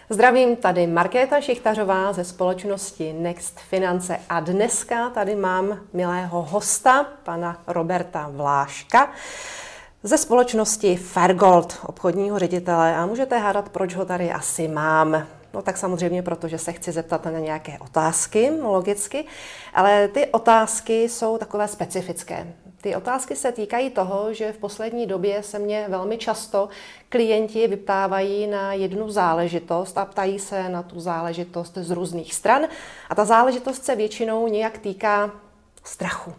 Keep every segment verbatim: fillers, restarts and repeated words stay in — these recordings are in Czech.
Zdravím, tady Markéta Šichtařová ze společnosti Next Finance a dneska tady mám milého hosta, pana Roberta Vláška ze společnosti Fairgold, obchodního ředitele, a můžete hádat, proč ho tady asi mám. No tak samozřejmě, protože se chci zeptat na nějaké otázky, logicky, ale ty otázky jsou takové specifické. Ty otázky se týkají toho, že v poslední době se mě velmi často klienti vyptávají na jednu záležitost a ptají se na tu záležitost z různých stran. A ta záležitost se většinou nějak týká strachu.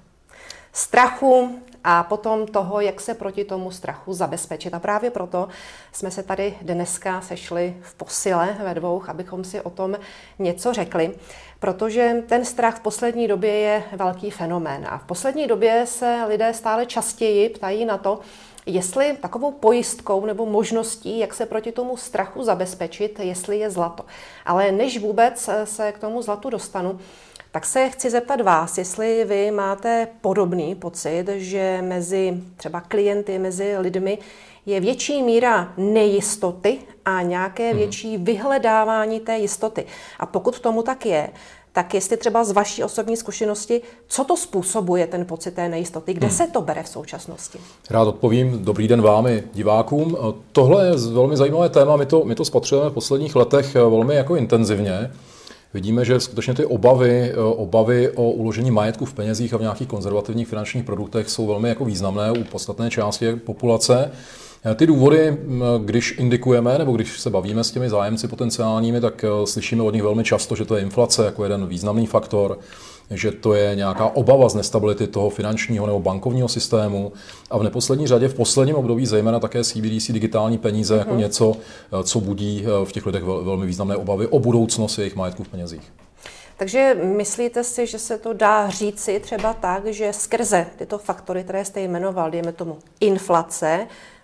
Strachu a potom toho, jak se proti tomu strachu zabezpečit. A právě proto jsme se tady dneska sešli v posile ve dvou, abychom si o tom něco řekli. Protože ten strach v poslední době je velký fenomén. A v poslední době se lidé stále častěji ptají na to, jestli takovou pojistkou nebo možností, jak se proti tomu strachu zabezpečit, jestli je zlato. Ale než vůbec se k tomu zlatu dostanu, tak se chci zeptat vás, jestli vy máte podobný pocit, že mezi třeba klienty, mezi lidmi je větší míra nejistoty a nějaké větší vyhledávání té jistoty. A pokud tomu tak je, tak jestli třeba z vaší osobní zkušenosti, co to způsobuje ten pocit té nejistoty? Kde hmm. se to bere v současnosti? Rád odpovím. Dobrý den vám i divákům. Tohle je velmi zajímavé téma. My to, my to spatřujeme v posledních letech velmi jako intenzivně. Vidíme, že skutečně ty obavy, obavy o uložení majetku v penězích a v nějakých konzervativních finančních produktech jsou velmi jako významné u podstatné části populace. Ty důvody, když indikujeme nebo když se bavíme s těmi zájemci potenciálními, tak slyšíme od nich velmi často, že to je inflace jako jeden významný faktor, že to je nějaká obava z nestability toho finančního nebo bankovního systému a v neposlední řadě v posledním období zejména také C B D C digitální peníze mm-hmm. jako něco, co budí v těch lidech velmi významné obavy o budoucnost jejich majetku v penězích. Takže myslíte si, že se to dá říci třeba tak, že skrze tyto faktory, které jste jmenoval, dejme tomu inflace,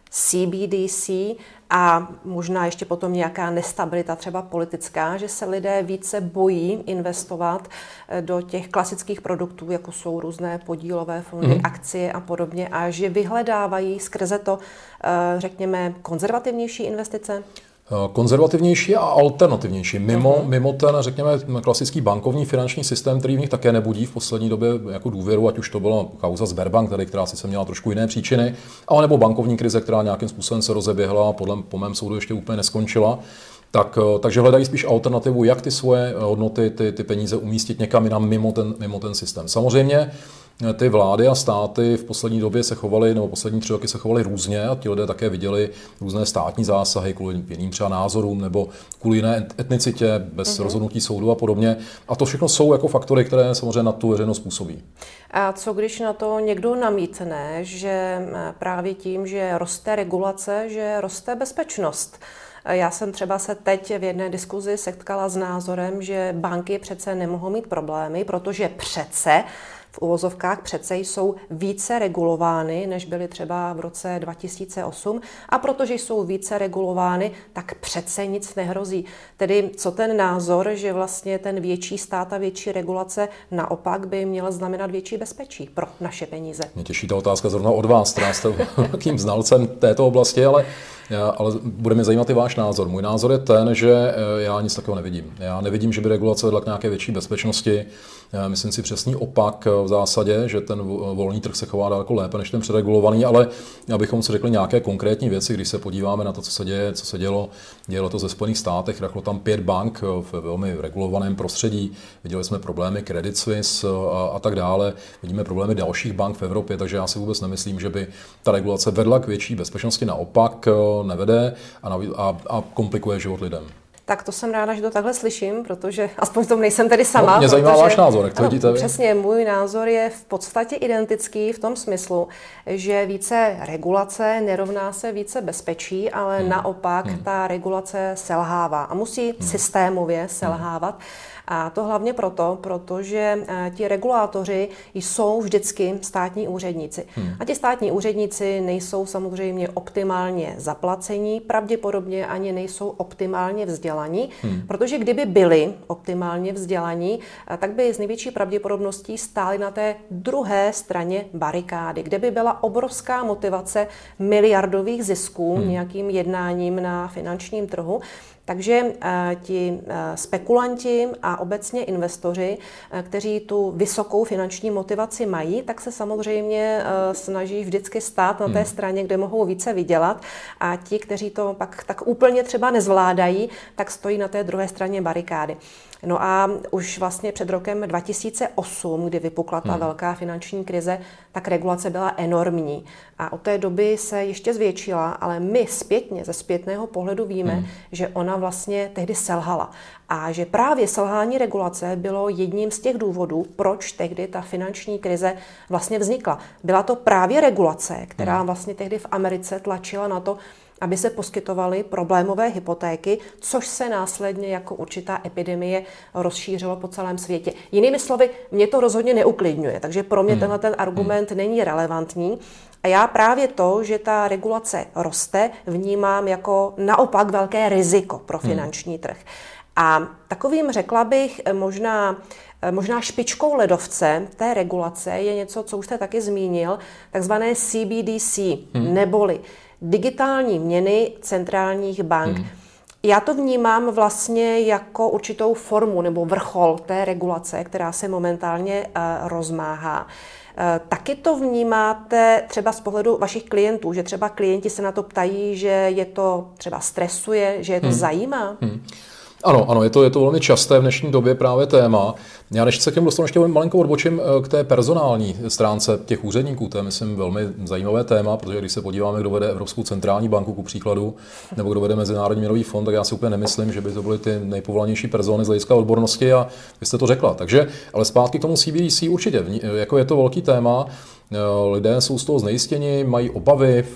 C B D C a možná ještě potom nějaká nestabilita, třeba politická, že se lidé více bojí investovat do těch klasických produktů, jako jsou různé podílové fondy, mm. akcie a podobně, a že vyhledávají skrze to, řekněme, konzervativnější investice? Konzervativnější a alternativnější. Mimo, uh-huh. mimo ten, řekněme, klasický bankovní finanční systém, který v nich také nebudí v poslední době jako důvěru, ať už to byla kauza Sberbank, tady, která sice měla trošku jiné příčiny, ale nebo bankovní krize, která nějakým způsobem se rozeběhla a podle po mém soudu ještě úplně neskončila. Tak, takže hledají spíš alternativu, jak ty svoje hodnoty, ty, ty peníze umístit někam jinam mimo ten, mimo ten systém. Samozřejmě ty vlády a státy v poslední době se chovaly, nebo poslední tři roky se chovaly různě a ti lidé také viděli různé státní zásahy kvůli jiným třeba názorům nebo kvůli jiné etnicitě, bez mm-hmm. rozhodnutí soudu a podobně. A to všechno jsou jako faktory, které samozřejmě na tu veřejnost působí. A co když na to někdo namítne, že právě tím, že roste regulace, že roste bezpečnost? Já jsem třeba se teď v jedné diskuzi setkala s názorem, že banky přece nemohou mít problémy, protože přece v uvozovkách přece jsou více regulovány, než byly třeba v roce dva tisíce osm, a protože jsou více regulovány, tak přece nic nehrozí. Tedy co ten názor, že vlastně ten větší stát a větší regulace naopak by měla znamenat větší bezpečí pro naše peníze? Mě těší ta otázka zrovna od vás, která jste velkým znalcem této oblasti, ale ale bude mě zajímat i váš názor. Můj názor je ten, že já nic takového nevidím. Já nevidím, že by regulace vedla k nějaké větší bezpečnosti. Myslím si přesný opak v zásadě, že ten volný trh se chová daleko lépe než ten předregulovaný, ale abychom si řekli nějaké konkrétní věci, když se podíváme na to, co se děje, co se dělo, dělo to ze Spojených státech, rachlo tam pět bank v velmi regulovaném prostředí, viděli jsme problémy Credit Suisse a, a tak dále, vidíme problémy dalších bank v Evropě, takže já si vůbec nemyslím, že by ta regulace vedla k větší bezpečnosti, naopak nevede a, a, a komplikuje život lidem. Tak to jsem ráda, že to takhle slyším, protože aspoň v tom nejsem tady sama. No, mě zajímá protože, váš názor, jak to ano, vidíte vy? Přesně, můj názor je v podstatě identický v tom smyslu, že více regulace nerovná se více bezpečí, ale hmm. naopak hmm. ta regulace selhává a musí hmm. systémově selhávat. Hmm. A to hlavně proto, protože ti regulátoři jsou vždycky státní úředníci. Hmm. A ti státní úředníci nejsou samozřejmě optimálně zaplacení, pravděpodobně ani nejsou optimálně vzdělaní, hmm. protože kdyby byli optimálně vzdělaní, tak by s největší pravděpodobností stáli na té druhé straně barikády, kde by byla obrovská motivace miliardových zisků hmm. nějakým jednáním na finančním trhu. Takže ti spekulanti a obecně investoři, kteří tu vysokou finanční motivaci mají, tak se samozřejmě snaží vždycky stát na té straně, kde mohou více vydělat, a ti, kteří to pak tak úplně třeba nezvládají, tak stojí na té druhé straně barikády. No a už vlastně před rokem dva tisíce osm, kdy vypukla ta hmm. velká finanční krize, tak regulace byla enormní. A od té doby se ještě zvětšila, ale my zpětně, ze zpětného pohledu víme, hmm. že ona vlastně tehdy selhala. A že právě selhání regulace bylo jedním z těch důvodů, proč tehdy ta finanční krize vlastně vznikla. Byla to právě regulace, která vlastně tehdy v Americe tlačila na to, aby se poskytovaly problémové hypotéky, což se následně jako určitá epidemie rozšířilo po celém světě. Jinými slovy, mě to rozhodně neuklidňuje, takže pro mě hmm. tenhle ten argument hmm. není relevantní. A já právě to, že ta regulace roste, vnímám jako naopak velké riziko pro finanční hmm. trh. A takovým, řekla bych, možná, možná špičkou ledovce té regulace je něco, co už jste taky zmínil, takzvané C B D C, hmm. neboli digitální měny centrálních bank. Hmm. Já to vnímám vlastně jako určitou formu nebo vrchol té regulace, která se momentálně uh, rozmáhá. Uh, taky to vnímáte třeba z pohledu vašich klientů, že třeba klienti se na to ptají, že je to třeba stresuje, že je to hmm. zajímá? Hmm. Ano, ano, je to, je to velmi časté v dnešní době právě téma. Já než se k těm dostanu, ještě malinko odbočím k té personální stránce těch úředníků. To je, myslím, velmi zajímavé téma, protože když se podíváme, kdo vede Evropskou centrální banku, ku příkladu, nebo kdo vede Mezinárodní měnový fond, tak já si úplně nemyslím, že by to byly ty nejpovolanější persony z hlediska odbornosti, a vy jste to řekla. Takže, ale zpátky k tomu C B D C určitě, jako je to velký téma. Lidé jsou z toho znejistěni, mají obavy,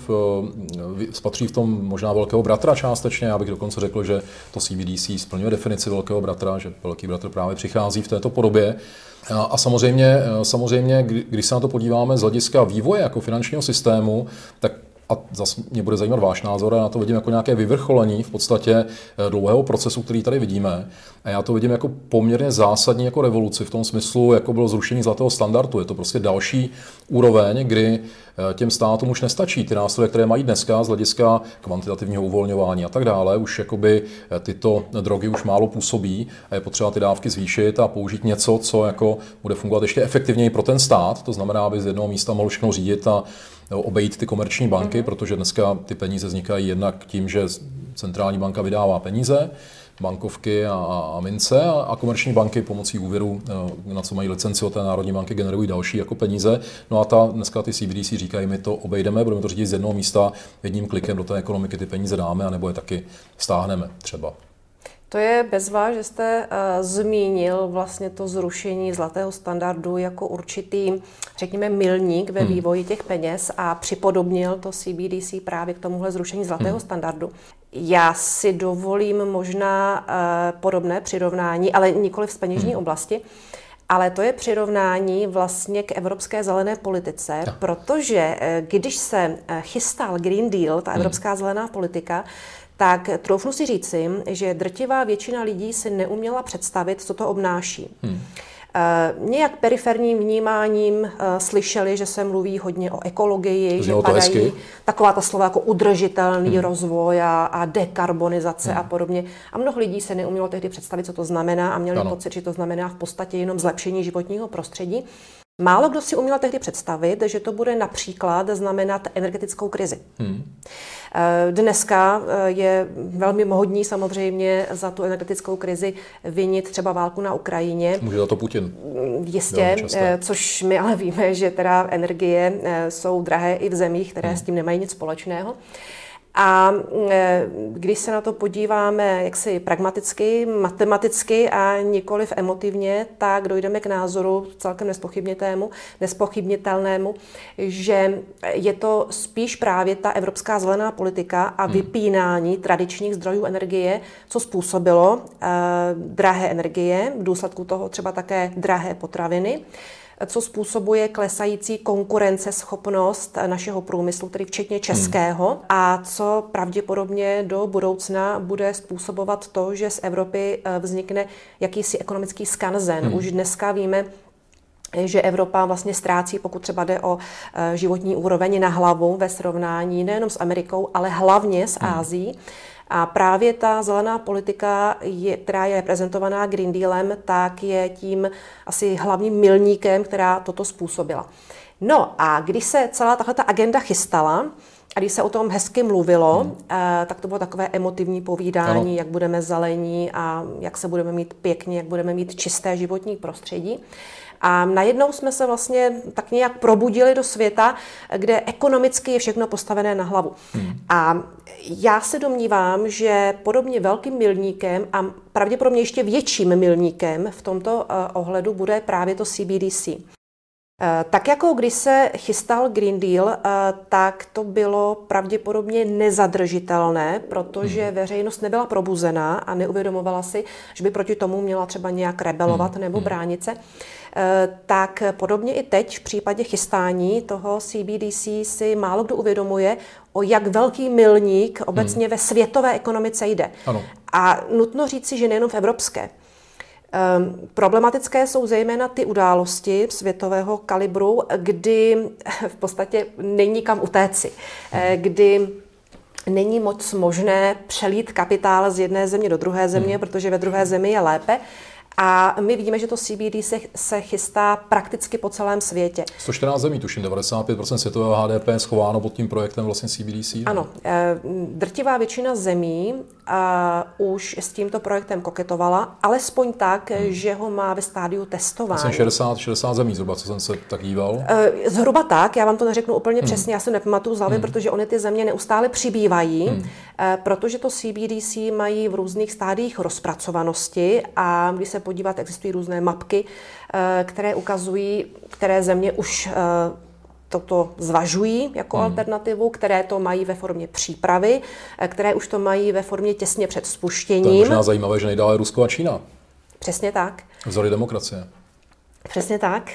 spatří v tom možná velkého bratra částečně. Já bych dokonce řekl, že to C B D C splňuje definici velkého bratra, že velký bratr právě přichází v této podobě. A samozřejmě, samozřejmě, když se na to podíváme z hlediska vývoje jako finančního systému, tak a zase mě bude zajímat váš názor, a na to vidím jako nějaké vyvrcholení v podstatě dlouhého procesu, který tady vidíme. A já to vidím jako poměrně zásadní jako revoluci v tom smyslu, jako bylo zrušení zlatého standardu. Je to prostě další úroveň, kdy těm státům už nestačí ty nástroje, které mají dneska z hlediska kvantitativního uvolňování a tak dále. Už jakoby tyto drogy už málo působí a je potřeba ty dávky zvýšit a použít něco, co jako bude fungovat ještě efektivněji pro ten stát. To znamená, aby z jednoho místa mohl všechno řídit a obejít ty komerční banky, mm-hmm. protože dneska ty peníze vznikají jednak tím, že centrální banka vydává peníze, bankovky a, a mince, a, a komerční banky pomocí úvěru, na co mají licenci od té národní banky, generují další jako peníze. No a ta, dneska ty C B D C říkají, my to obejdeme, budeme to řídit z jednoho místa, jedním klikem do té ekonomiky ty peníze dáme, anebo je taky stáhneme třeba. To je bezva, že jste uh, zmínil vlastně to zrušení zlatého standardu jako určitý, řekněme, milník ve hmm. vývoji těch peněz a připodobnil to C B D C právě k tomuhle zrušení zlatého hmm. standardu. Já si dovolím možná uh, podobné přirovnání, ale nikoli v peněžní hmm. oblasti, ale to je přirovnání vlastně k evropské zelené politice, no. protože uh, když se uh, chystal Green Deal, ta evropská hmm. zelená politika, tak troufnu si říci, že drtivá většina lidí si neuměla představit, co to obnáší. Hmm. E, nějak periferním vnímáním e, slyšeli, že se mluví hodně o ekologii, že padají taková ta slova jako udržitelný hmm. rozvoj a, a dekarbonizace hmm. a podobně. A mnoho lidí se neumělo tehdy představit, co to znamená, a měli ano. pocit, že to znamená v podstatě jenom zlepšení životního prostředí. Málo kdo si uměl tehdy představit, že to bude například znamenat energetickou krizi. Hmm. Dneska je velmi módní samozřejmě za tu energetickou krizi vinit třeba válku na Ukrajině. Může za to Putin. Jistě, což my ale víme, že teda energie jsou drahé i v zemích, které hmm. s tím nemají nic společného. A když se na to podíváme jaksi pragmaticky, matematicky a nikoliv emotivně, tak dojdeme k názoru celkem nespochybnitelnému, nespochybnitelnému, že je to spíš právě ta evropská zelená politika a vypínání tradičních zdrojů energie, co způsobilo eh, drahé energie, v důsledku toho třeba také drahé potraviny, co způsobuje klesající konkurenceschopnost našeho průmyslu, tedy včetně českého, hmm. a co pravděpodobně do budoucna bude způsobovat to, že z Evropy vznikne jakýsi ekonomický skanzen. Hmm. Už dneska víme, že Evropa vlastně ztrácí, pokud třeba jde o životní úroveň na hlavu ve srovnání nejenom s Amerikou, ale hlavně s Ázií. A právě ta zelená politika, je, která je reprezentovaná Green Dealem, tak je tím asi hlavním milníkem, která toto způsobila. No a když se celá tahle ta agenda chystala, a když se o tom hezky mluvilo, hmm. tak to bylo takové emotivní povídání, ano. jak budeme zelení a jak se budeme mít pěkně, jak budeme mít čisté životní prostředí. A najednou jsme se vlastně tak nějak probudili do světa, kde ekonomicky je všechno postavené na hlavu. Hmm. A já se domnívám, že podobně velkým milníkem a pravděpodobně ještě větším milníkem v tomto ohledu bude právě to C B D C. Tak jako když se chystal Green Deal, tak to bylo pravděpodobně nezadržitelné, protože veřejnost nebyla probuzená a neuvědomovala si, že by proti tomu měla třeba nějak rebelovat nebo bránit se. Tak podobně i teď v případě chystání toho C B D C si málo kdo uvědomuje, o jak velký milník obecně hmm. ve světové ekonomice jde. Ano. A nutno říci, že nejenom v evropské. Um, problematické jsou zejména ty události světového kalibru, kdy v podstatě není kam utéci, kdy není moc možné přelít kapitál z jedné země do druhé země, hmm. protože ve druhé zemi je lépe. A my vidíme, že to C B D se, se chystá prakticky po celém světě. sto čtrnáct zemí, tuším, devadesát pět procent světového H D P je schováno pod tím projektem vlastně C B D C. Ano, drtivá většina zemí uh, už s tímto projektem koketovala, alespoň tak, hmm. že ho má ve stádiu testování. Asi šedesát, šedesát zemí zhruba, co jsem se tak díval. Uh, zhruba tak, já vám to neřeknu úplně hmm. přesně, já se nepamatuju z hlavy, hmm. protože ony ty země neustále přibývají, hmm. uh, protože to C B D C mají v různých stádiích rozpracovanosti a když se podívat, existují různé mapky, které ukazují, které země už toto zvažují jako hmm. alternativu, které to mají ve formě přípravy, které už to mají ve formě těsně před spuštěním. To je možná zajímavé, že nejdále Rusko a Čína. Přesně tak. Vzory demokracie. Přesně tak.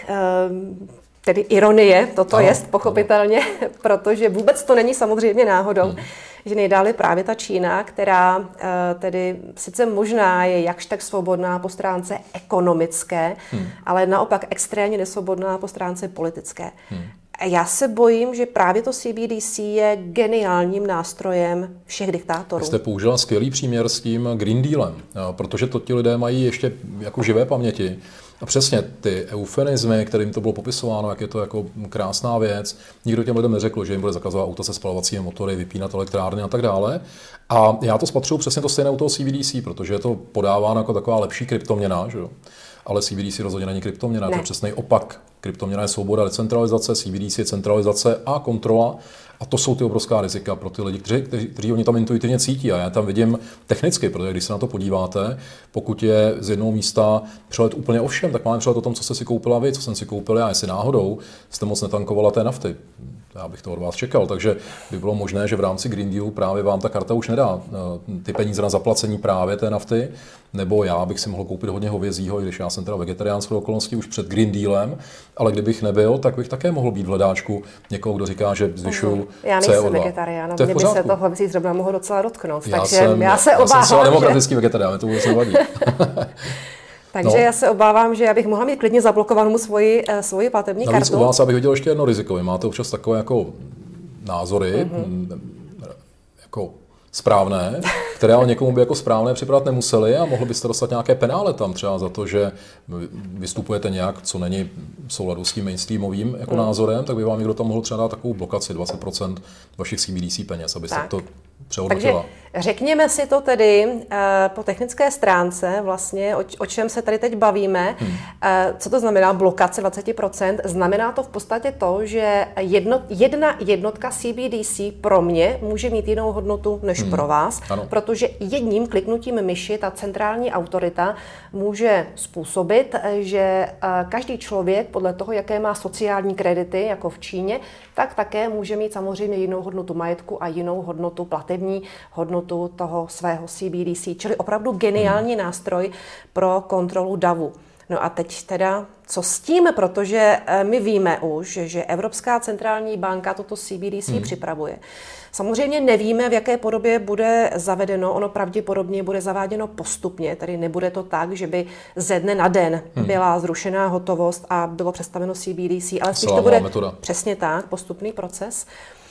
Tedy ironie, toto je pochopitelně, ano. protože vůbec to není samozřejmě náhodou, hmm. že nejdále právě ta Čína, která tedy sice možná je jakž tak svobodná po stránce ekonomické, hmm. ale naopak extrémně nesvobodná po stránce politické. Hmm. Já se bojím, že právě to C B D C je geniálním nástrojem všech diktátorů. Vy jste použila skvělý příměr s tím Green Dealem, protože to ti lidé mají ještě jako živé paměti. A přesně ty eufemizmy, kterým to bylo popisováno, jak je to jako krásná věc, nikdo těm lidem neřekl, že jim bude zakazovat auta se spalovacími motory, vypínat elektrárny a tak dále. A já to spatřuju přesně to stejné u toho C B D C, protože je to podáváno jako taková lepší kryptoměna, že jo? Ale C B D C rozhodně není kryptoměna, ne. To je přesný opak. Kryptoměna je svoboda, decentralizace, C B D C je centralizace a kontrola. A to jsou ty obrovská rizika pro ty lidi, kteří, kteří, kteří oni tam intuitivně cítí. A já tam vidím technicky, protože když se na to podíváte, pokud je z jednoho místa přelet úplně o všem, tak máme přelet o tom, co jste si koupila vy, co jsem si koupil já, jestli náhodou jste moc netankovala té nafty. Já bych to od vás čekal, takže by bylo možné, že v rámci Green Dealu právě vám ta karta už nedá ty peníze na zaplacení právě té nafty, nebo já bych si mohl koupit hodně hovězího, i když já jsem teda vegetarián shodou okolností už před Green Dealem, ale kdybych nebyl, tak bych také mohl být v hledáčku někoho, kdo říká, že zvyšuju uhum. Já nejsem C O dva. Vegetarián, mě by se to hovězí zrovna mohlo docela dotknout, já takže jsem, já se obávám, já jsem že... demokratický vegetarián, to vůbec nevadí. Takže no. já se obávám, že já bych mohla mít klidně zablokovanou svoji, svoji platební Navíc kartu. U vás bych viděl ještě jedno riziko. Vy máte občas takové jako názory, mm-hmm. jako správné, které ale někomu by jako správné připadat nemuseli a mohli byste dostat nějaké penále tam třeba za to, že vystupujete nějak, co není v souladu s tím mainstreamovým jako mm. názorem, tak by vám někdo tam mohl třeba dát takovou blokaci dvacet procent vašich C B D C peněz, abyste tak. to přehodnotila. Takže řekněme si to tedy uh, po technické stránce vlastně, o, o čem se tady teď bavíme. Hmm. Uh, co to znamená blokace dvacet procent? Znamená to v podstatě to, že jedno, jedna jednotka C B D C pro mě může mít jinou hodnotu než hmm. pro vás, ano. protože jedním kliknutím myši ta centrální autorita může způsobit, že uh, každý člověk podle toho, jaké má sociální kredity, jako v Číně, tak také může mít samozřejmě jinou hodnotu majetku a jinou hodnotu platební, hodnotu toho svého C B D C, čili opravdu geniální hmm. nástroj pro kontrolu davu. No a teď teda, co s tím, protože my víme už, že Evropská centrální banka toto C B D C hmm. připravuje. Samozřejmě nevíme, v jaké podobě bude zavedeno, ono pravděpodobně bude zaváděno postupně, tedy nebude to tak, že by ze dne na den hmm. byla zrušená hotovost a bylo představeno C B D C, ale spíš to bude metoda. Přesně tak, postupný proces.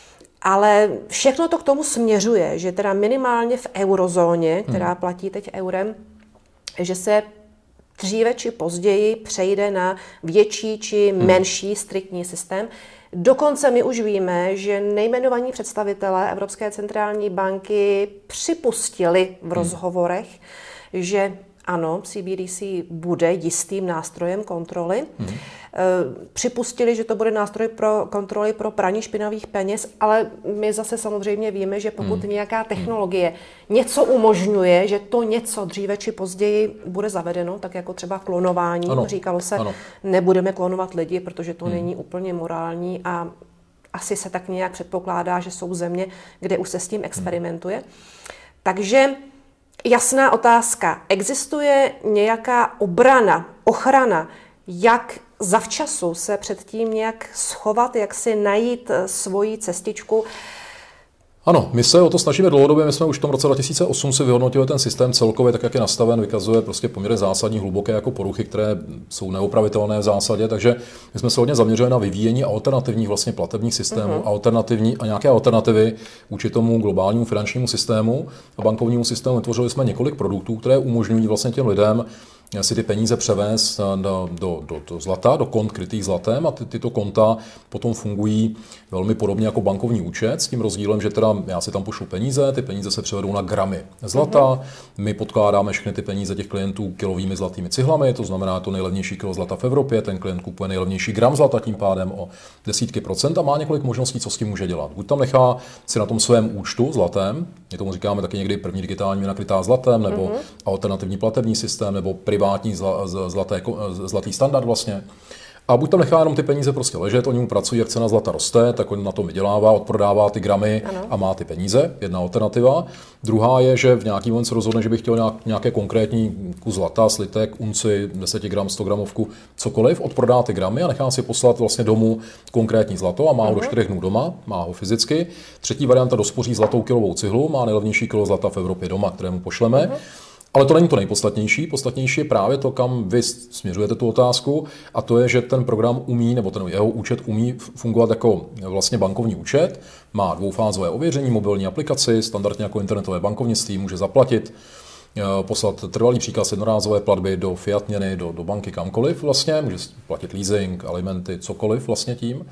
Ale všechno to k tomu směřuje, že teda minimálně v eurozóně, která hmm. platí teď eurem, že se dříve či později přejde na větší či menší striktní systém. Dokonce my už víme, že nejmenovaní představitelé Evropské centrální banky připustili v rozhovorech, hmm. že ano, C B D C bude jistým nástrojem kontroly. Hmm. Připustili, že to bude nástroj pro kontroly pro praní špinavých peněz, ale my zase samozřejmě víme, že pokud hmm. nějaká technologie něco umožňuje, že to něco dříve či později bude zavedeno, tak jako třeba klonování. Ano. Říkalo se, ano. nebudeme klonovat lidi, protože to hmm. není úplně morální a asi se tak nějak předpokládá, že jsou země, kde už se s tím experimentuje. Hmm. Takže jasná otázka. Existuje nějaká obrana, ochrana, jak zavčasu se před tím nějak schovat, jak si najít svoji cestičku? Ano, my se o to snažíme dlouhodobě, my jsme už v tom roce dva tisíce osm si vyhodnotili ten systém celkově, tak jak je nastaven, vykazuje prostě poměrně zásadní, hluboké jako poruchy, které jsou neopravitelné v zásadě, takže my jsme se hodně zaměřili na vyvíjení alternativních vlastně platebních systémů, uh-huh. alternativní a nějaké alternativy vůči tomu globálnímu finančnímu systému a bankovnímu systému. Vytvořili jsme několik produktů, které umožňují vlastně těm lidem si ty peníze převést do, do, do, do zlata, do kont krytých zlatem a ty, tyto konta potom fungují velmi podobně jako bankovní účet s tím rozdílem, že teda já si tam pošlu peníze, ty peníze se převedou na gramy zlata, uh-huh. my podkládáme všechny ty peníze těch klientů kilovými zlatými cihlami, to znamená to nejlevnější kilo zlata v Evropě, ten klient kupuje nejlevnější gram zlata tím pádem o desítky procent a má několik možností, co s tím může dělat. Buď tam nechá si na tom svém účtu zlatem, my tomu říkáme taky někdy první digitální měna krytá zlatem, nebo uh-huh. alternativní platební systém, nebo privátní zla, zlaté, zlatý standard vlastně. A buď tam nechá jenom ty peníze prostě ležet, oni mu pracují, jak cena zlata roste, tak on na tom vydělává, odprodává ty gramy ano. a má ty peníze, jedna alternativa. Druhá je, že v nějaký moment se rozhodne, že by chtěl nějak, nějaké konkrétní kus zlata, slitek, unci, deset gram, sto gramovku, cokoliv, odprodá ty gramy a nechá si poslat vlastně domů konkrétní zlato a má ho do čtyřech dnů doma, má ho fyzicky. Třetí varianta dospoří zlatou kilovou cihlu, má nejlevnější kilo zlata v Evropě doma, kterému pošleme. Ano. Ale to není to nejpodstatnější. Podstatnější je právě to, kam vy směřujete tu otázku, a to je, že ten program umí, nebo ten jeho účet umí fungovat jako vlastně bankovní účet, má dvoufázové ověření, mobilní aplikaci, standardně jako internetové bankovnictví, může zaplatit, poslat trvalý příkaz jednorázové platby do fiat měny, do, do banky kamkoliv vlastně, může platit leasing, alimenty, cokoliv vlastně tím.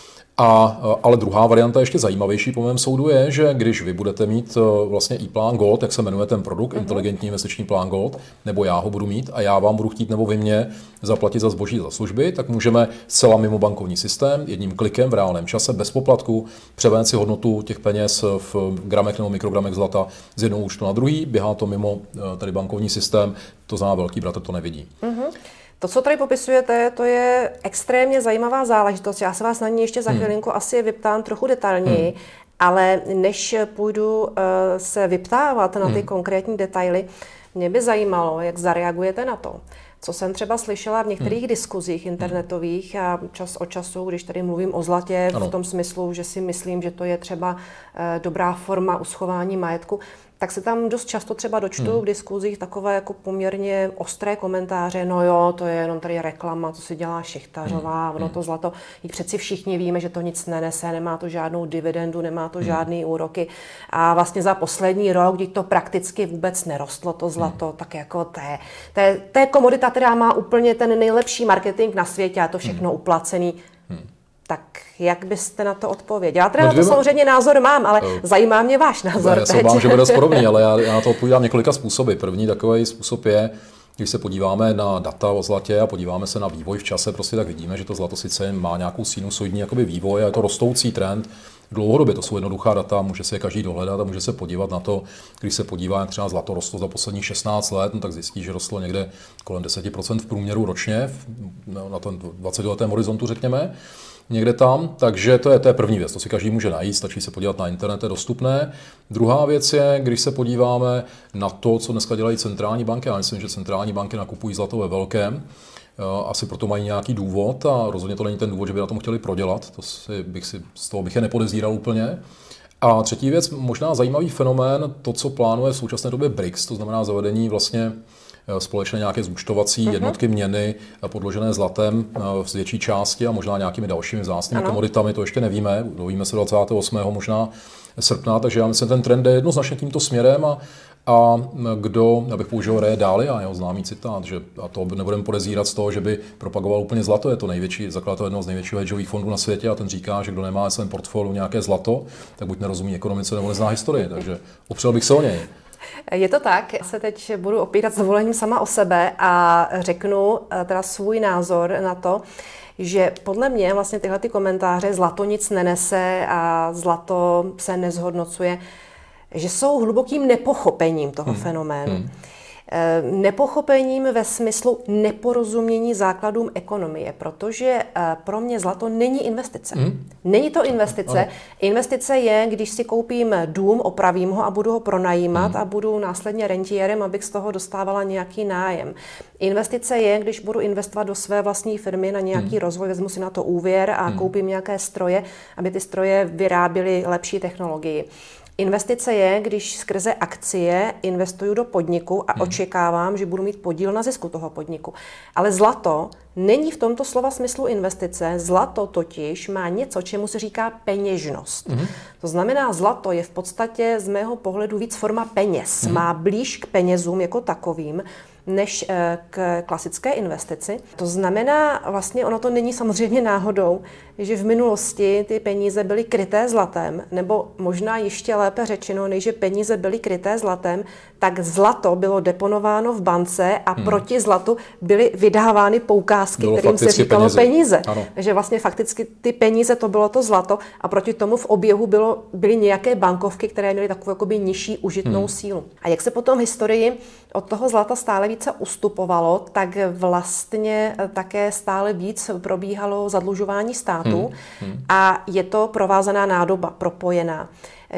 A, ale druhá varianta ještě zajímavější po mém soudu je, že když vy budete mít vlastně e-plán Gold, jak se jmenuje ten produkt, uh-huh. inteligentní investiční plán Gold, nebo já ho budu mít a já vám budu chtít nebo vy mě zaplatit za zboží, za služby, tak můžeme zcela mimo bankovní systém jedním klikem v reálném čase bez poplatku převést si hodnotu těch peněz v gramech nebo mikrogramech zlata z jednoho účtu na druhý, běhá to mimo tady bankovní systém, to znamená velký bratr to nevidí. Uh-huh. To, co tady popisujete, to je extrémně zajímavá záležitost. Já se vás na ní ještě za chvilinku hmm. asi vyptám trochu detailněji, hmm. ale než půjdu uh, se vyptávat na ty hmm. konkrétní detaily, mě by zajímalo, jak zareagujete na to, co jsem třeba slyšela v některých hmm. diskuzích internetových a čas od času, když tady mluvím o zlatě, ano. v tom smyslu, že si myslím, že to je třeba uh, dobrá forma uschování majetku, tak se tam dost často třeba dočtu hmm. v diskuzích takové jako poměrně ostré komentáře, no jo, to je jenom tady reklama, co si dělá Šichtařová, hmm. ono to zlato, i přeci všichni víme, že to nic nenese, nemá to žádnou dividendu, nemá to hmm. žádný úroky a vlastně za poslední rok, kdy to prakticky vůbec nerostlo, to zlato, hmm. tak jako to je, to je, to je komodita, která má úplně ten nejlepší marketing na světě a to všechno hmm. uplacený. Hmm. Tak jak byste na to odpověděl? Já teda no, na to samozřejmě názor mám, ale uh, zajímá mě váš názor. Já se obávám, že bude dost podobný, ale já, já na to odpovídám několika způsoby. První takový způsob je, když se podíváme na data o zlatě a podíváme se na vývoj v čase, prostě tak vidíme, že to zlato sice má nějakou sinusoidní jakoby vývoj a je to rostoucí trend. Dlouhodobě to jsou jednoduchá data, může se je každý dohledat a může se podívat na to, když se podívá, jak třeba zlato rostlo za posledních šestnáct let, no tak zjistí, že rostlo někde kolem deset procent v průměru ročně, na tom dvacetiletém horizontu řekněme. Někde tam, takže to je, to je první věc, to si každý může najít, stačí se podívat na internet, je dostupné. Druhá věc je, když se podíváme na to, co dneska dělají centrální banky, já myslím, že centrální banky nakupují zlato ve velkém, asi proto mají nějaký důvod a rozhodně to není ten důvod, že by na tom chtěli prodělat, to si, bych si, z toho bych je nepodezíral úplně. A třetí věc, možná zajímavý fenomén, to, co plánuje v současné době B R I C S, to znamená zavedení vlastně společné nějaké zúčtovací jednotky měny podložené zlatem z větší části a možná nějakými dalšími vzácnými komoditami, to ještě nevíme, dovíme se dvacátého osmého možná srpna, takže já myslím, že ten trend jde jednoznačně tímto směrem a, a kdo, abych použil Ray Dalio, jeho známý citát, že, a to nebudeme podezírat z toho, že by propagoval úplně zlato, je to největší, zakladatel jednoho z největších hedžových fondů na světě a ten říká, že kdo nemá ve svém portfoliu nějaké zlato, tak buď nerozumí ekonomice nebo nezná historii, takže opřel bych se o něj. Je to tak, se teď budu opírat s dovolením sama o sebe a řeknu teda svůj názor na to, že podle mě vlastně tyhle ty komentáře zlato nic nenese a zlato se nezhodnocuje, že jsou hlubokým nepochopením toho hmm. fenoménu. Hmm. Nepochopením ve smyslu neporozumění základům ekonomie, protože pro mě zlato není investice. Hmm. Není to investice. Ano. Investice je, když si koupím dům, opravím ho a budu ho pronajímat hmm. a budu následně rentiérem, abych z toho dostávala nějaký nájem. Investice je, když budu investovat do své vlastní firmy na nějaký hmm. rozvoj, vezmu si na to úvěr a hmm. koupím nějaké stroje, aby ty stroje vyráběly lepší technologii. Investice je, když skrze akcie investuju do podniku a hmm. očekávám, že budu mít podíl na zisku toho podniku. Ale zlato není v tomto slova smyslu investice. Zlato totiž má něco, čemu se říká peněžnost. Hmm. To znamená, zlato je v podstatě z mého pohledu víc forma peněz. Hmm. Má blíž k penězům jako takovým, než k klasické investici. To znamená, vlastně ono to není samozřejmě náhodou, že v minulosti ty peníze byly kryté zlatem, nebo možná ještě lépe řečeno, než že peníze byly kryté zlatem, tak zlato bylo deponováno v bance a hmm. proti zlatu byly vydávány poukázky, bylo kterým se říkalo peníze. peníze. Takže vlastně fakticky ty peníze to bylo to zlato a proti tomu v oběhu bylo, byly nějaké bankovky, které měly takovou jakoby nižší užitnou hmm. sílu. A jak se potom v historii od toho zlata stále více ustupovalo, tak vlastně také stále víc probíhalo zadlužování státu hmm. Hmm. a je to provázaná nádoba, propojená,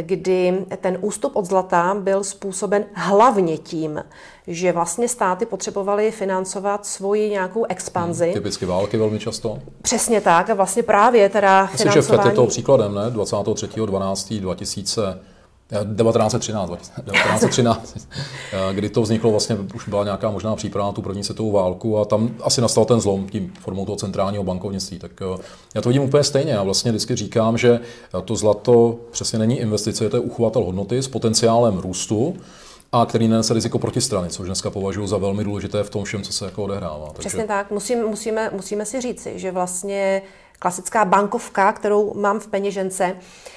kdy ten ústup od zlata byl způsoben hlavně tím, že vlastně státy potřebovaly financovat svoji nějakou expanzi. Hmm, typicky války velmi často. Přesně tak a vlastně právě teda Myslím, financování... že FED je toho příkladem, ne? dvacátého třetího decátého dva tisíce devatenáct set třináct, devatenáct set třináct, kdy to vzniklo, vlastně už byla nějaká možná příprava na tu první světovou válku a tam asi nastal ten zlom tím formou toho centrálního bankovnictví. Tak já to vidím úplně stejně. Já vlastně vždycky říkám, že to zlato přesně není investice, to je uchovatel hodnoty s potenciálem růstu a který nenese riziko protistrany, což dneska považuji za velmi důležité v tom všem, co se jako odehrává. Takže... Přesně tak. Musím, musíme, musíme si říci, že vlastně klasická bankovka, kterou mám v peněžence,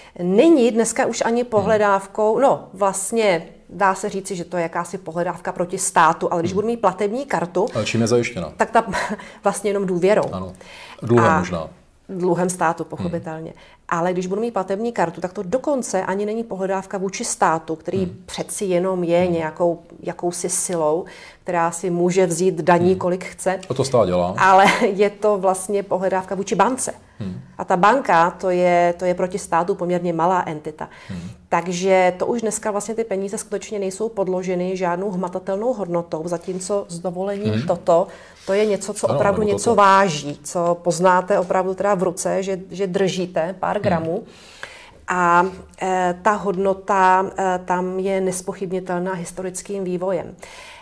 není dneska už ani pohledávkou, no vlastně dá se říci, že to je jakási pohledávka proti státu, ale když budu mít platební kartu, ale čím je zajištěna? Tak ta vlastně jenom důvěrou. Ano, dluhem a možná. Dluhem státu, pochopitelně. Hmm. Ale když budu mít platební kartu, tak to dokonce ani není pohledávka vůči státu, který hmm. přeci jenom je hmm. nějakou jakousi silou, která si může vzít daní, hmm. kolik chce. A to stát dělá. Ale je to vlastně pohledávka vůči bance. Hmm. A ta banka, to je, to je proti státu poměrně malá entita. Hmm. Takže to už dneska vlastně ty peníze skutečně nejsou podloženy žádnou hmatatelnou hodnotou, zatímco s dovolením hmm. toto, to je něco, co ano, opravdu něco toto. váží, co poznáte opravdu teda v ruce, že, že držíte pár gramů. Hmm. A e, ta hodnota e, tam je nespochybnitelná historickým vývojem.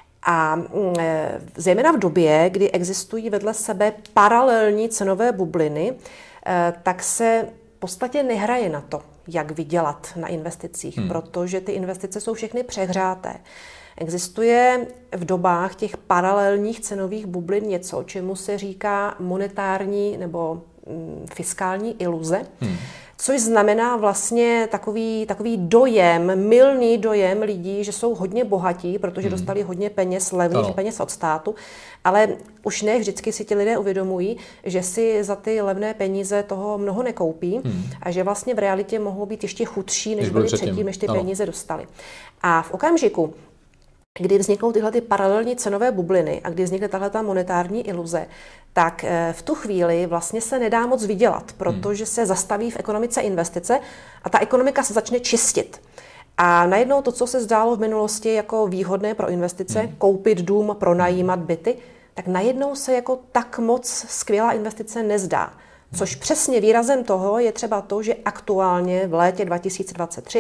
A e, zejména v době, kdy existují vedle sebe paralelní cenové bubliny, e, tak se v podstatě nehraje na to, jak vydělat na investicích, hmm. protože ty investice jsou všechny přehřáté. Existuje v dobách těch paralelních cenových bublin něco, čemu se říká monetární nebo mm, fiskální iluze, hmm. což znamená vlastně takový, takový dojem, mylný dojem lidí, že jsou hodně bohatí, protože hmm. dostali hodně peněz, levných ano. peněz od státu, ale už ne vždycky si ti lidé uvědomují, že si za ty levné peníze toho mnoho nekoupí hmm. a že vlastně v realitě mohou být ještě chudší, než byli předtím, než ty ano. peníze dostali. A v okamžiku, kdy vzniknou tyhle ty paralelní cenové bubliny a kdy vznikne tahleta monetární iluze, tak v tu chvíli vlastně se nedá moc vydělat, protože se zastaví v ekonomice investice a ta ekonomika se začne čistit. A najednou to, co se zdálo v minulosti jako výhodné pro investice, hmm. koupit dům, pronajímat byty, tak najednou se jako tak moc skvělá investice nezdá. Což přesně výrazem toho je třeba to, že aktuálně v létě dva tisíce dvacet tři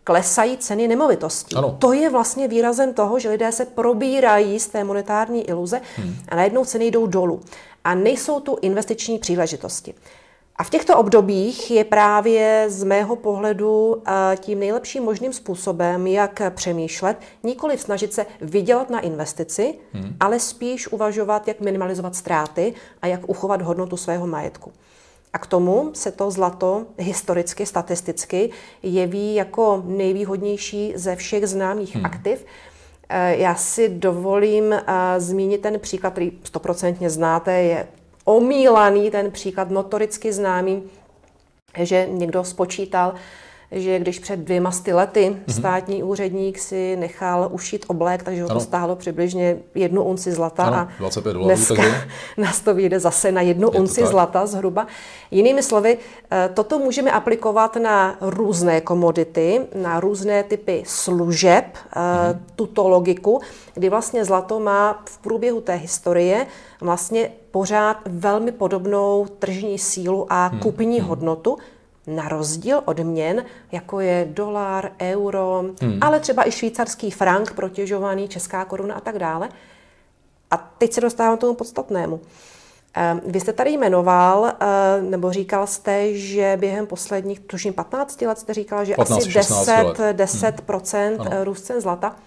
klesají ceny nemovitostí. Ano. To je vlastně výrazem toho, že lidé se probírají z té monetární iluze hmm. a najednou ceny jdou dolů. A nejsou tu investiční příležitosti. A v těchto obdobích je právě z mého pohledu tím nejlepším možným způsobem, jak přemýšlet, nikoli snažit se vydělat na investici, hmm. ale spíš uvažovat, jak minimalizovat ztráty a jak uchovat hodnotu svého majetku. A k tomu se to zlato historicky, statisticky jeví jako nejvýhodnější ze všech známých hmm. aktiv. Já si dovolím zmínit ten příklad, který stoprocentně znáte, je omílaný ten příklad, notoricky známý, že někdo spočítal, že když před dvěma sty lety mm-hmm. státní úředník si nechal ušít oblek, takže ho to stálo přibližně jednu unci zlata ano, a dvacet pět dolarů, dneska takže nás to vyjde zase na jednu unci tak. zlata zhruba. Jinými slovy, toto můžeme aplikovat na různé komodity, na různé typy služeb, mm-hmm. tuto logiku, kdy vlastně zlato má v průběhu té historie vlastně pořád velmi podobnou tržní sílu a hmm. kupní hmm. hodnotu, na rozdíl od měn, jako je dolar, euro, hmm. ale třeba i švýcarský frank, protěžovaný, česká koruna a tak dále. A teď se dostávám k tomu podstatnému. Vy jste tady jmenoval, nebo říkal jste, že během posledních, tuším patnácti let jste říkal, že patnáct, asi deset procent hmm. růst cen zlata.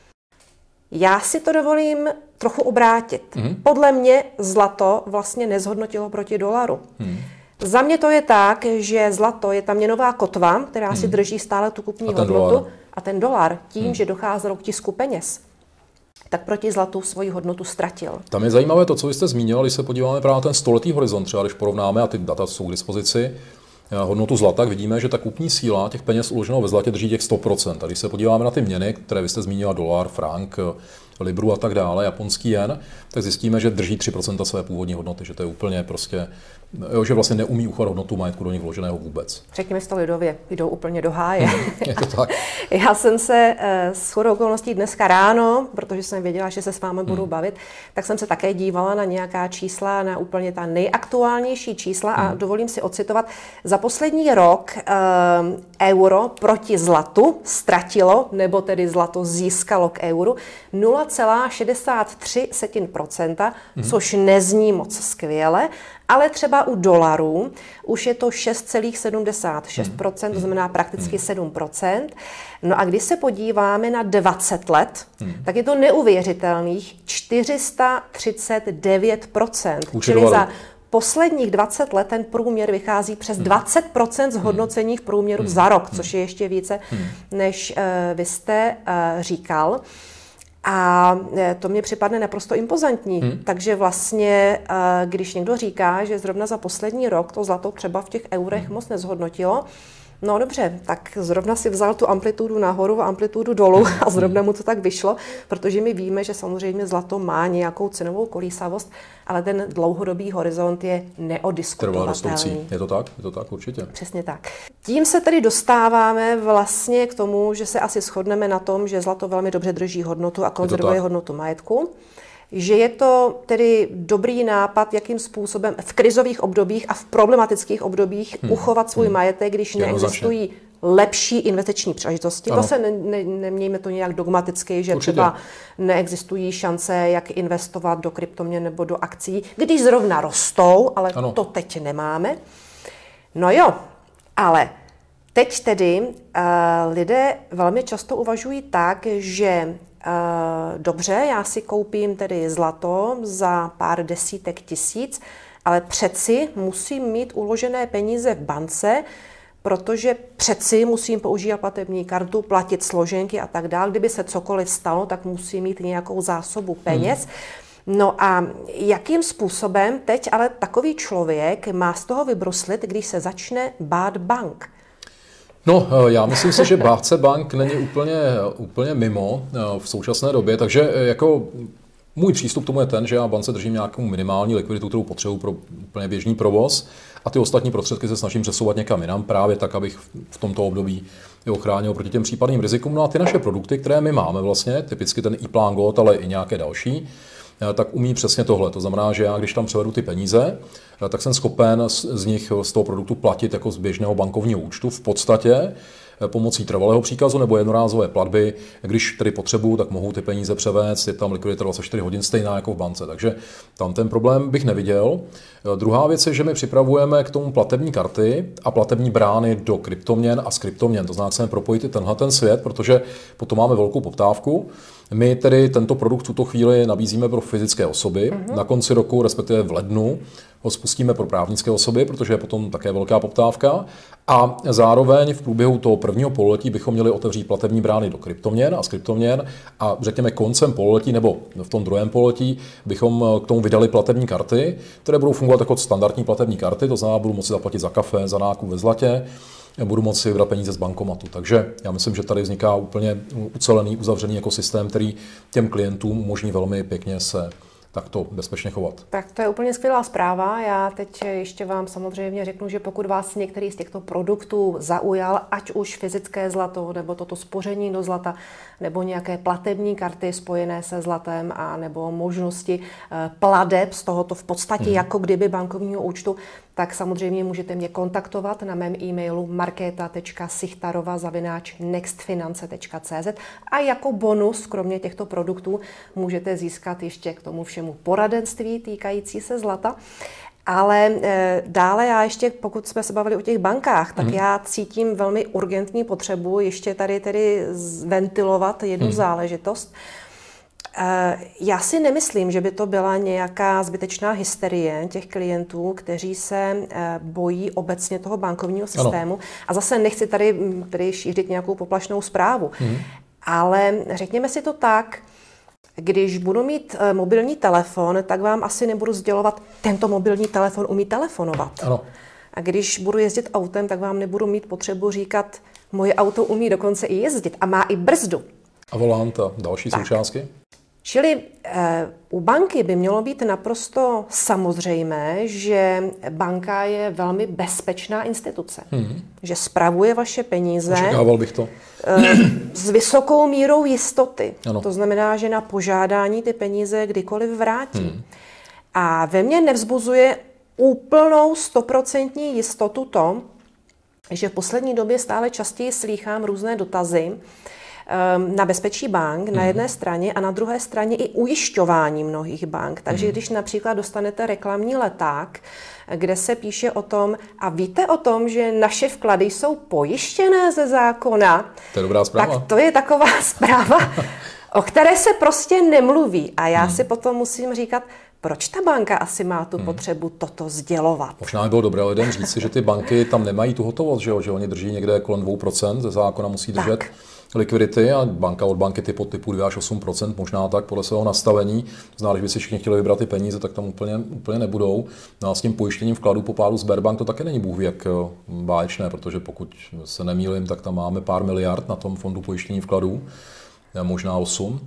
Já si to dovolím trochu obrátit. Mm. Podle mě zlato vlastně nezhodnotilo proti dolaru. Mm. Za mě to je tak, že zlato je ta měnová kotva, která mm. si drží stále tu kupní a hodnotu. Dolar. A ten dolar tím, mm. že docházelo k tisku peněz, tak proti zlatu svoji hodnotu ztratil. Tam je zajímavé to, co vy jste zmínil, když se podíváme právě na ten stoletý horizont, třeba když porovnáme, a ty data jsou k dispozici, hodnotu zlata, tak vidíme, že ta kupní síla těch peněz uloženou ve zlatě drží těch sto procent. A když se podíváme na ty měny, které vy jste zmínila, dolar, frank, libru a tak dále, japonský jen, tak zjistíme, že drží tři procenta své původní hodnoty, že to je úplně prostě, jo, že vlastně neumí uchovat hodnotu majetku do nich vloženého vůbec. Řekněme si to lidově, jdou úplně do háje. Je to tak. Já jsem se s shodou okolností dneska ráno, protože jsem věděla, že se s vámi budu hmm. bavit, tak jsem se také dívala na nějaká čísla, na úplně ta nejaktuálnější čísla a hmm. dovolím si ocitovat. Za poslední rok e, euro proti zlatu ztratilo, nebo tedy zlato získalo k euru nula celá šedesát tři procenta, hmm. což nezní moc skvěle, ale třeba u dolarů už je to šest celá sedmdesát šest procent, hmm. to znamená prakticky hmm. sedm procent. No a když se podíváme na dvacet let, hmm. tak je to neuvěřitelných čtyři sta třicet devět procent. Čili za posledních dvacet let ten průměr vychází přes hmm. dvacet procent zhodnocení v průměru hmm. za rok, což je ještě více, hmm. než uh, vy jste uh, říkal. A to mně připadne naprosto impozantní. Hmm. Takže vlastně, když někdo říká, že zrovna za poslední rok to zlato třeba v těch eurech hmm. moc nezhodnotilo, no dobře, tak zrovna si vzal tu amplitudu nahoru a amplitudu dolů a zrovna mu to tak vyšlo, protože my víme, že samozřejmě zlato má nějakou cenovou kolísavost, ale ten dlouhodobý horizont je neodiskutovatelný. Je to tak? Je to tak, určitě. Přesně tak. Tím se tedy dostáváme vlastně k tomu, že se asi shodneme na tom, že zlato velmi dobře drží hodnotu a konzervuje hodnotu majetku. Že je to tedy dobrý nápad, jakým způsobem v krizových obdobích a v problematických obdobích hmm. uchovat svůj hmm. majetek, když neexistují lepší investiční příležitosti. To se ne, ne, nemějme to nějak dogmaticky, že určitě. Třeba neexistují šance, jak investovat do kryptoměn nebo do akcí, když zrovna rostou, ale ano. to teď nemáme. No jo, ale teď tedy uh, lidé velmi často uvažují tak, že Uh, dobře, já si koupím tedy zlato za pár desítek tisíc, ale přeci musím mít uložené peníze v bance, protože přeci musím používat platební kartu, platit složenky a tak dále. Kdyby se cokoliv stalo, tak musím mít nějakou zásobu peněz. Hmm. No a jakým způsobem teď ale takový člověk má z toho vybruslit, když se začne bát bank? No, já myslím si, že bát se bank není úplně, úplně mimo v současné době, takže jako můj přístup k tomu je ten, že já v bance držím nějakou minimální likviditu, kterou potřebuji pro úplně běžný provoz a ty ostatní prostředky se snažím přesouvat někam jinam, právě tak, abych v tomto období je ochránil proti těm případným rizikům. No a ty naše produkty, které my máme vlastně, typicky ten iPlan Gold, ale i nějaké další, tak umí přesně tohle. To znamená, že já, když tam převedu ty peníze, tak jsem schopen z nich, z toho produktu platit jako z běžného bankovního účtu v podstatě pomocí trvalého příkazu nebo jednorázové platby. Když tedy potřebuju, tak mohu ty peníze převést, je tam likvidita dvacet čtyři hodin stejná jako v bance, takže tam ten problém bych neviděl. Druhá věc je, že my připravujeme k tomu platební karty a platební brány do kryptoměn a z kryptoměn. To znamená, chceme propojit i tenhle ten svět, protože potom máme velkou poptávku. My tedy tento produkt v tuto chvíli nabízíme pro fyzické osoby. Mm-hmm. Na konci roku, respektive v lednu, ho spustíme pro právnické osoby, protože je potom také velká poptávka. A zároveň v průběhu toho prvního pololetí bychom měli otevřít platební brány do kryptoměn a z kryptoměn a řekněme koncem pololetí nebo v tom druhém pololetí bychom k tomu vydali platební karty, které budou fungovat jako standardní platební karty, to znamená, budu moci zaplatit za kafe, za nákup ve Zlatě, budu moci vybrat peníze z bankomatu. Takže já myslím, že tady vzniká úplně ucelený, uzavřený ekosystém, který těm klientům umožní velmi pěkně se takto bezpečně chovat. Tak to je úplně skvělá zpráva. Já teď ještě vám samozřejmě řeknu, že pokud vás některý z těchto produktů zaujal, ať už fyzické zlato, nebo toto spoření do zlata, nebo nějaké platební karty spojené se zlatem, a nebo možnosti plateb z tohoto v podstatě hmm. jako kdyby bankovního účtu, tak samozřejmě můžete mě kontaktovat na mém e-mailu markéta tečka sichtarova zavináč nextfinance tečka cz a jako bonus, kromě těchto produktů, můžete získat ještě k tomu všemu poradenství týkající se zlata. Ale e, dále já ještě, pokud jsme se bavili o těch bankách, tak mm. já cítím velmi urgentní potřebu ještě tady tedy ventilovat jednu mm. záležitost. Já si nemyslím, že by to byla nějaká zbytečná hysterie těch klientů, kteří se bojí obecně toho bankovního systému. Ano. A zase nechci tady, tady šířit nějakou poplašnou zprávu. Hmm. Ale řekněme si to tak, když budu mít mobilní telefon, tak vám asi nebudu sdělovat, tento mobilní telefon umí telefonovat. Ano. A když budu jezdit autem, tak vám nebudu mít potřebu říkat, moje auto umí dokonce i jezdit a má i brzdu. A volant a další tak. součástky? Čili e, u banky by mělo být naprosto samozřejmé, že banka je velmi bezpečná instituce. Hmm. Že spravuje vaše peníze. Očekával bych to. E, s vysokou mírou jistoty. Ano. To znamená, že na požádání ty peníze kdykoliv vrátí. Hmm. A ve mně nevzbuzuje úplnou stoprocentní jistotu to, že v poslední době stále častěji slýchám různé dotazy na bezpečí bank na jedné straně a na druhé straně i ujišťování mnohých bank. Takže mm. když například dostanete reklamní leták, kde se píše o tom, a víte o tom, že naše vklady jsou pojištěné ze zákona, to je dobrá zpráva. Tak to je taková zpráva, o které se prostě nemluví. A já mm. si potom musím říkat, proč ta banka asi má tu hmm. potřebu toto sdělovat? Možná by bylo dobré lidem říct si, že ty banky tam nemají tu hotovost, že, jo? Že oni drží někde kolem dvě procenta, ze zákona musí držet tak. likvidity a banka od banky typu, typu dvě až osm procent, možná tak podle svého nastavení. Znamená, že by si všichni chtěli vybrat ty peníze, tak tam úplně, úplně nebudou. No a s tím pojištěním vkladů po pádu Sberbank to také není bůh ví jak báječné, protože pokud se nemýlím, tak tam máme pár miliard na tom fondu pojištění vkladů. Možná osm.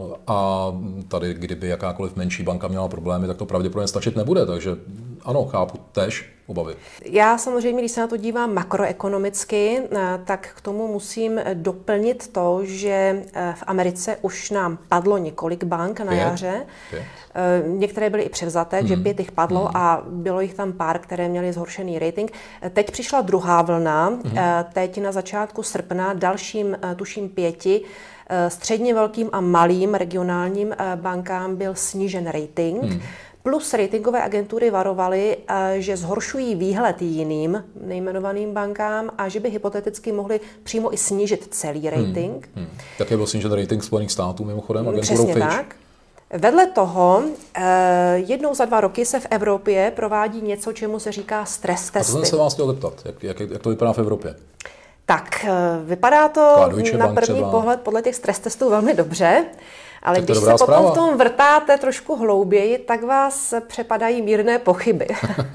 A tady, kdyby jakákoliv menší banka měla problémy, tak to pravděpodobně stačit nebude. Takže ano, chápu též obavy. Já samozřejmě, když se na to dívám makroekonomicky, tak k tomu musím doplnit to, že v Americe už nám padlo několik bank na jaře. Pět. Některé byly i převzaté, hmm. že pět jich padlo hmm. a bylo jich tam pár, které měly zhoršený rating. Teď přišla druhá vlna, hmm. teď na začátku srpna dalším, tuším pěti, středně velkým a malým regionálním bankám byl snížen rating. Hmm. Plus ratingové agentury varovaly, že zhoršují výhled jiným nejmenovaným bankám a že by hypoteticky mohli přímo i snížit celý rating. Hmm. Hmm. Také byl snížen rating Spojených států mimochodem agenturou Přesně Fitch. Tak. Vedle toho jednou za dva roky se v Evropě provádí něco, čemu se říká stres testy. A to jsem se vás chtěl zeptat, jak, jak, jak to vypadá v Evropě? Tak, vypadá to Deutsche na Bank první třeba. pohled podle těch stres testů velmi dobře, ale tak když se zpráva. potom v tom vrtáte trošku hlouběji, tak vás přepadají mírné pochyby.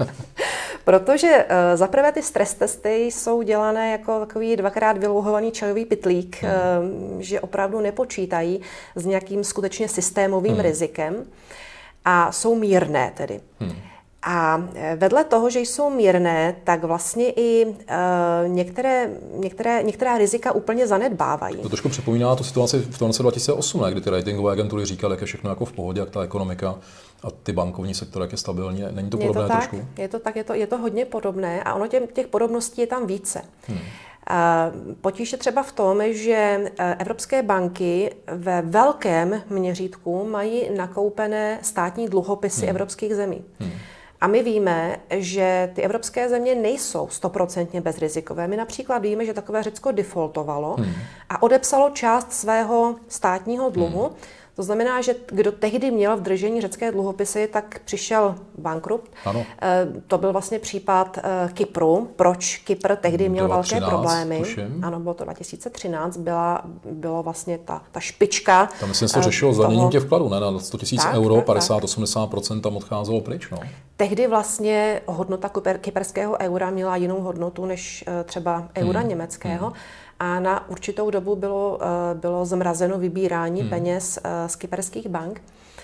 Protože uh, zaprvé ty stres testy jsou dělané jako takový dvakrát vylouhovaný čajový pytlík, hmm. uh, že opravdu nepočítají s nějakým skutečně systémovým hmm. rizikem a jsou mírné tedy. Hmm. A vedle toho, že jsou mírné, tak vlastně i uh, některé, některé, některá rizika úplně zanedbávají. To trošku připomíná tu situaci v tom roce dva tisíce osm, ne? Kdy ty ratingové agentury říkaly, jak je všechno jako v pohodě, jak ta ekonomika a ty bankovní sektor, jak je stabilní. Není to podobné je to tak, trošku? Je to tak, je to, je to hodně podobné a ono těch, těch podobností je tam více. Hmm. Potíž je třeba v tom, že evropské banky ve velkém měřítku mají nakoupené státní dluhopisy hmm. evropských zemí. Hmm. A my víme, že ty evropské země nejsou stoprocentně bezrizikové. My například víme, že takové Řecko defaultovalo hmm. a odepsalo část svého státního dluhu. Hmm. To znamená, že kdo tehdy měl v držení řecké dluhopisy, tak přišel bankrupt. Ano. To byl vlastně případ Kypru. Proč Kypr tehdy měl velké třináct, problémy? Tuším. Ano, bylo to dva tisíce třináct, byla, bylo vlastně ta, ta špička. Tam myslím, že se řešilo zdaněním těch vkladů, ne? Na sto tisíc euro, padesát až osmdesát procent tam odcházelo pryč. No. Tehdy vlastně hodnota kyperského eura měla jinou hodnotu než třeba eura hmm. německého. Hmm. A na určitou dobu bylo, bylo zmrazeno vybírání hmm. peněz z kyperských bank.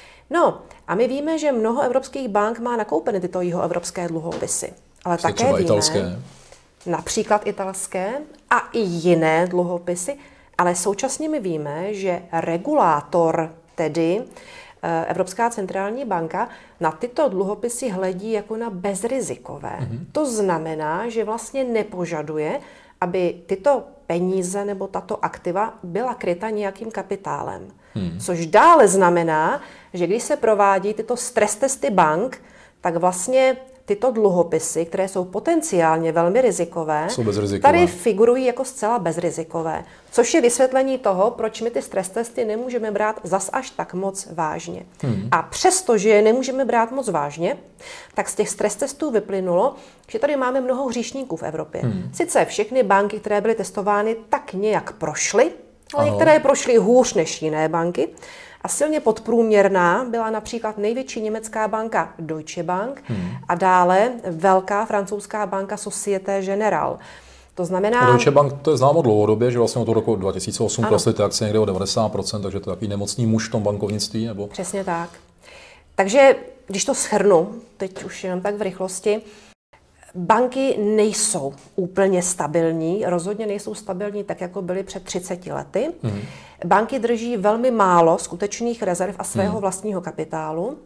No a my víme, že mnoho evropských bank má nakoupeny tyto jihoevropské dluhopisy. Ale Jste také víme, italské. například italské a i jiné dluhopisy, ale současně my víme, že regulátor, tedy Evropská centrální banka, na tyto dluhopisy hledí jako na bezrizikové. Hmm. To znamená, že vlastně nepožaduje, aby tyto peníze nebo tato aktiva byla kryta nějakým kapitálem. Hmm. Což dále znamená, že když se provádí tyto stres testy bank, tak vlastně tyto dluhopisy, které jsou potenciálně velmi rizikové, jsou bezrizikové, tady figurují jako zcela bezrizikové. Což je vysvětlení toho, proč my ty stres testy nemůžeme brát zas až tak moc vážně. Hmm. A přesto, že je nemůžeme brát moc vážně, tak z těch stres testů vyplynulo, že tady máme mnoho hříšníků v Evropě. Hmm. Sice všechny banky, které byly testovány, tak nějak prošly, ale ano. některé prošly hůř než jiné banky. A silně podprůměrná byla například největší německá banka Deutsche Bank hmm. a dále velká francouzská banka Société Générale. To znamená... Deutsche Bank to je známo dlouhodobě, že vlastně od toho roku dva tisíce osm klesly ty akcie někde o devadesát procent, takže to je takový nemocný muž v tom bankovnictví, nebo... Přesně tak. Takže když to shrnu, teď už jenom tak v rychlosti, banky nejsou úplně stabilní, rozhodně nejsou stabilní tak, jako byly před třiceti lety. Hmm. Banky drží velmi málo skutečných rezerv a svého hmm. vlastního kapitálu.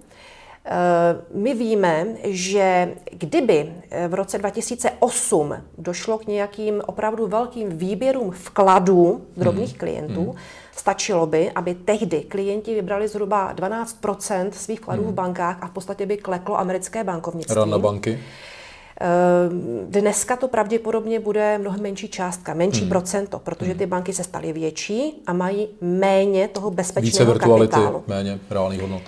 My víme, že kdyby v roce dva tisíce osm došlo k nějakým opravdu velkým výběrům vkladů drobných hmm. klientů, hmm. stačilo by, aby tehdy klienti vybrali zhruba dvanáct procent svých vkladů hmm. v bankách a v podstatě by kleklo americké bankovnictví. Run na banky. Dneska to pravděpodobně bude mnohem menší částka, menší hmm. procento, protože ty banky se staly větší a mají méně toho bezpečného více virtuality, kapitálu. Méně reálných hodnot.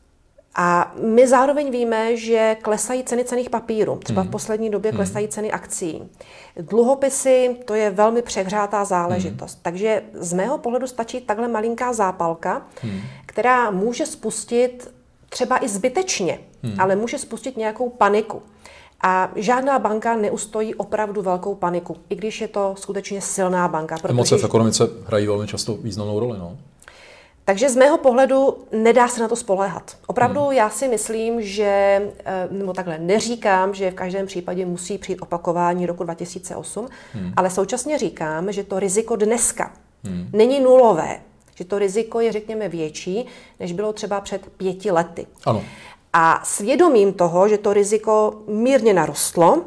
A my zároveň víme, že klesají ceny cenných papírů. Třeba v poslední době hmm. klesají ceny akcií. Dluhopisy, to je velmi přehřátá záležitost. Hmm. Takže z mého pohledu stačí takhle malinká zápalka, hmm. která může spustit třeba i zbytečně, hmm. ale může spustit nějakou paniku. A žádná banka neustojí opravdu velkou paniku, i když je to skutečně silná banka. Emoce v ekonomice hrají velmi často významnou roli. No? Takže z mého pohledu nedá se na to spoléhat. Opravdu hmm. já si myslím, že, nebo takhle neříkám, že v každém případě musí přijít opakování roku dva tisíce osm, hmm. ale současně říkám, že to riziko dneska hmm. není nulové. Že to riziko je, řekněme, větší, než bylo třeba před pěti lety. Ano. A svědomím toho, že to riziko mírně narostlo,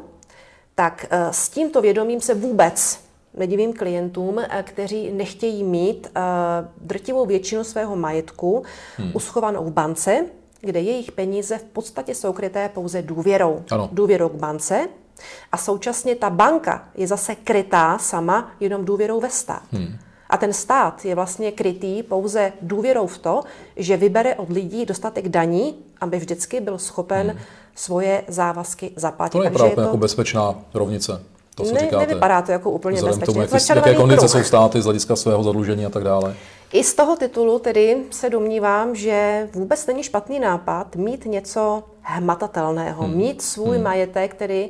tak s tímto vědomím se vůbec nedivím klientům, kteří nechtějí mít drtivou většinu svého majetku hmm. uschovanou v bance, kde jejich peníze v podstatě jsou kryté pouze důvěrou. Ano. Důvěrou k bance a současně ta banka je zase krytá sama jenom důvěrou ve stát. Hmm. A ten stát je vlastně krytý pouze důvěrou v to, že vybere od lidí dostatek daní, aby vždycky byl schopen hmm. svoje závazky zaplatit. To je právě to... jako bezpečná rovnice. To, co ne, říkáte. Nevypadá to jako úplně bezpečně. Tomu, jak, jaké kondice jsou státy z hlediska svého zadlužení a tak dále. I z toho titulu tedy se domnívám, že vůbec není špatný nápad mít něco hmatatelného, hmm. mít svůj hmm. majetek, který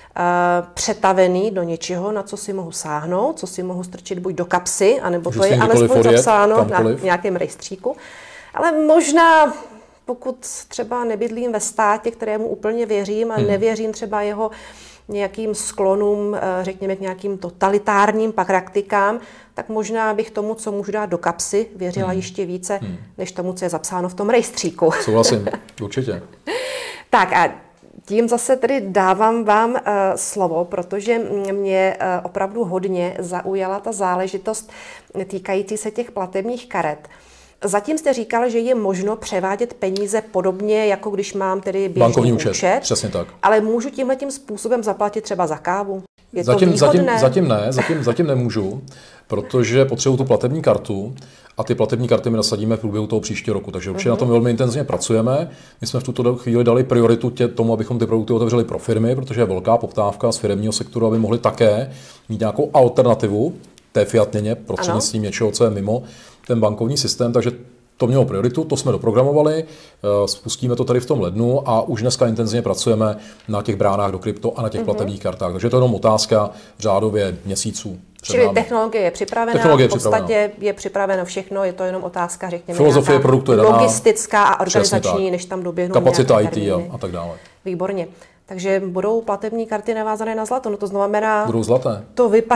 Uh, přetavený do něčeho, na co si mohu sáhnout, co si mohu strčit buď do kapsy, anebo to je alespoň zapsáno kamkoliv na nějakém rejstříku. Ale možná, pokud třeba nebydlím ve státě, kterému úplně věřím a hmm. nevěřím třeba jeho nějakým sklonům, řekněme k nějakým totalitárním praktikám, tak možná bych tomu, co můžu dát do kapsy, věřila hmm. ještě více, hmm. než tomu, co je zapsáno v tom rejstříku. Souhlasím, určitě. Tak a Tím zase tedy dávám vám uh, slovo, protože mě uh, opravdu hodně zaujala ta záležitost týkající se těch platebních karet. Zatím jste říkal, že je možno převádět peníze podobně, jako když mám tedy běžný bankovní účet. účet. Přesně tak. Ale můžu tímhletím způsobem zaplatit třeba za kávu? Je zatím, to výhodné? Zatím, zatím ne, zatím, zatím nemůžu, protože potřebuji tu platební kartu a ty platební karty my nasadíme v průběhu toho příštího roku. Takže určitě uh-huh. na tom velmi intenzivně pracujeme. My jsme v tuto chvíli dali prioritu tě, tomu, abychom ty produkty otevřeli pro firmy, protože je velká poptávka z firemního sektoru, aby mohli také mít nějakou alternativu té fiat měně prostřednictvím něčeho, co je mimo ten bankovní systém. Takže to mělo prioritu, to jsme doprogramovali, spustíme to tady v tom lednu a už dneska intenzivně pracujeme na těch bránách do krypto a na těch uh-huh. platebních kartách. Takže to je jenom otázka v řádově měsíců. Čili námi. Technologie je připravená, technologie je v podstatě připravená. Je připraveno všechno, je to jenom otázka, řekněme, filozofie produktu je daná, logistická a organizační, než tam doběhnou kapacita í té a, a tak dále. Výborně. Takže budou platební karty navázané na zlato, no to znamená... Budou zlaté. To, vypa...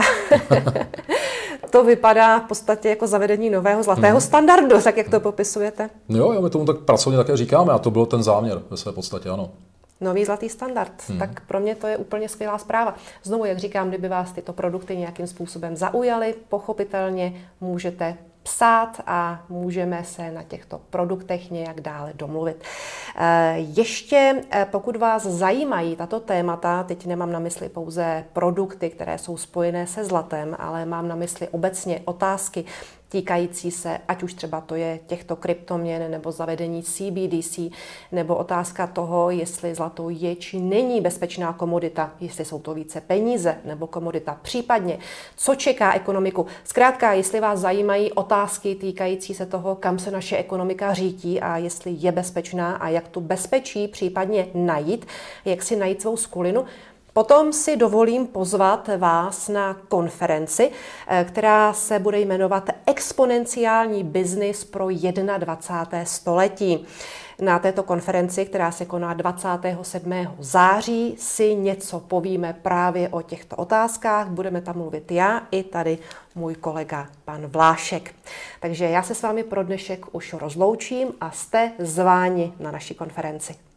to vypadá v podstatě jako zavedení nového zlatého hmm. standardu, tak jak to popisujete. Jo, jo, my tomu tak pracovně také říkáme a to byl ten záměr ve své podstatě, ano. Nový zlatý standard, hmm. tak pro mě to je úplně skvělá zpráva. Znovu, jak říkám, kdyby vás tyto produkty nějakým způsobem zaujaly, pochopitelně můžete psát a můžeme se na těchto produktech nějak dále domluvit. Ještě pokud vás zajímají tato témata, teď nemám na mysli pouze produkty, které jsou spojené se zlatem, ale mám na mysli obecně otázky týkající se, ať už třeba to je těchto kryptoměn nebo zavedení C B D C, nebo otázka toho, jestli zlato je či není bezpečná komodita, jestli jsou to více peníze nebo komodita, případně co čeká ekonomiku. Zkrátka, jestli vás zajímají otázky týkající se toho, kam se naše ekonomika řítí a jestli je bezpečná a jak tu bezpečí případně najít, jak si najít svou skulinu, potom si dovolím pozvat vás na konferenci, která se bude jmenovat Exponenciální biznis pro dvacáté první století. Na této konferenci, která se koná dvacátého sedmého září, si něco povíme právě o těchto otázkách. Budeme tam mluvit já i tady můj kolega pan Vlášek. Takže já se s vámi pro dnešek už rozloučím a jste zváni na naši konferenci.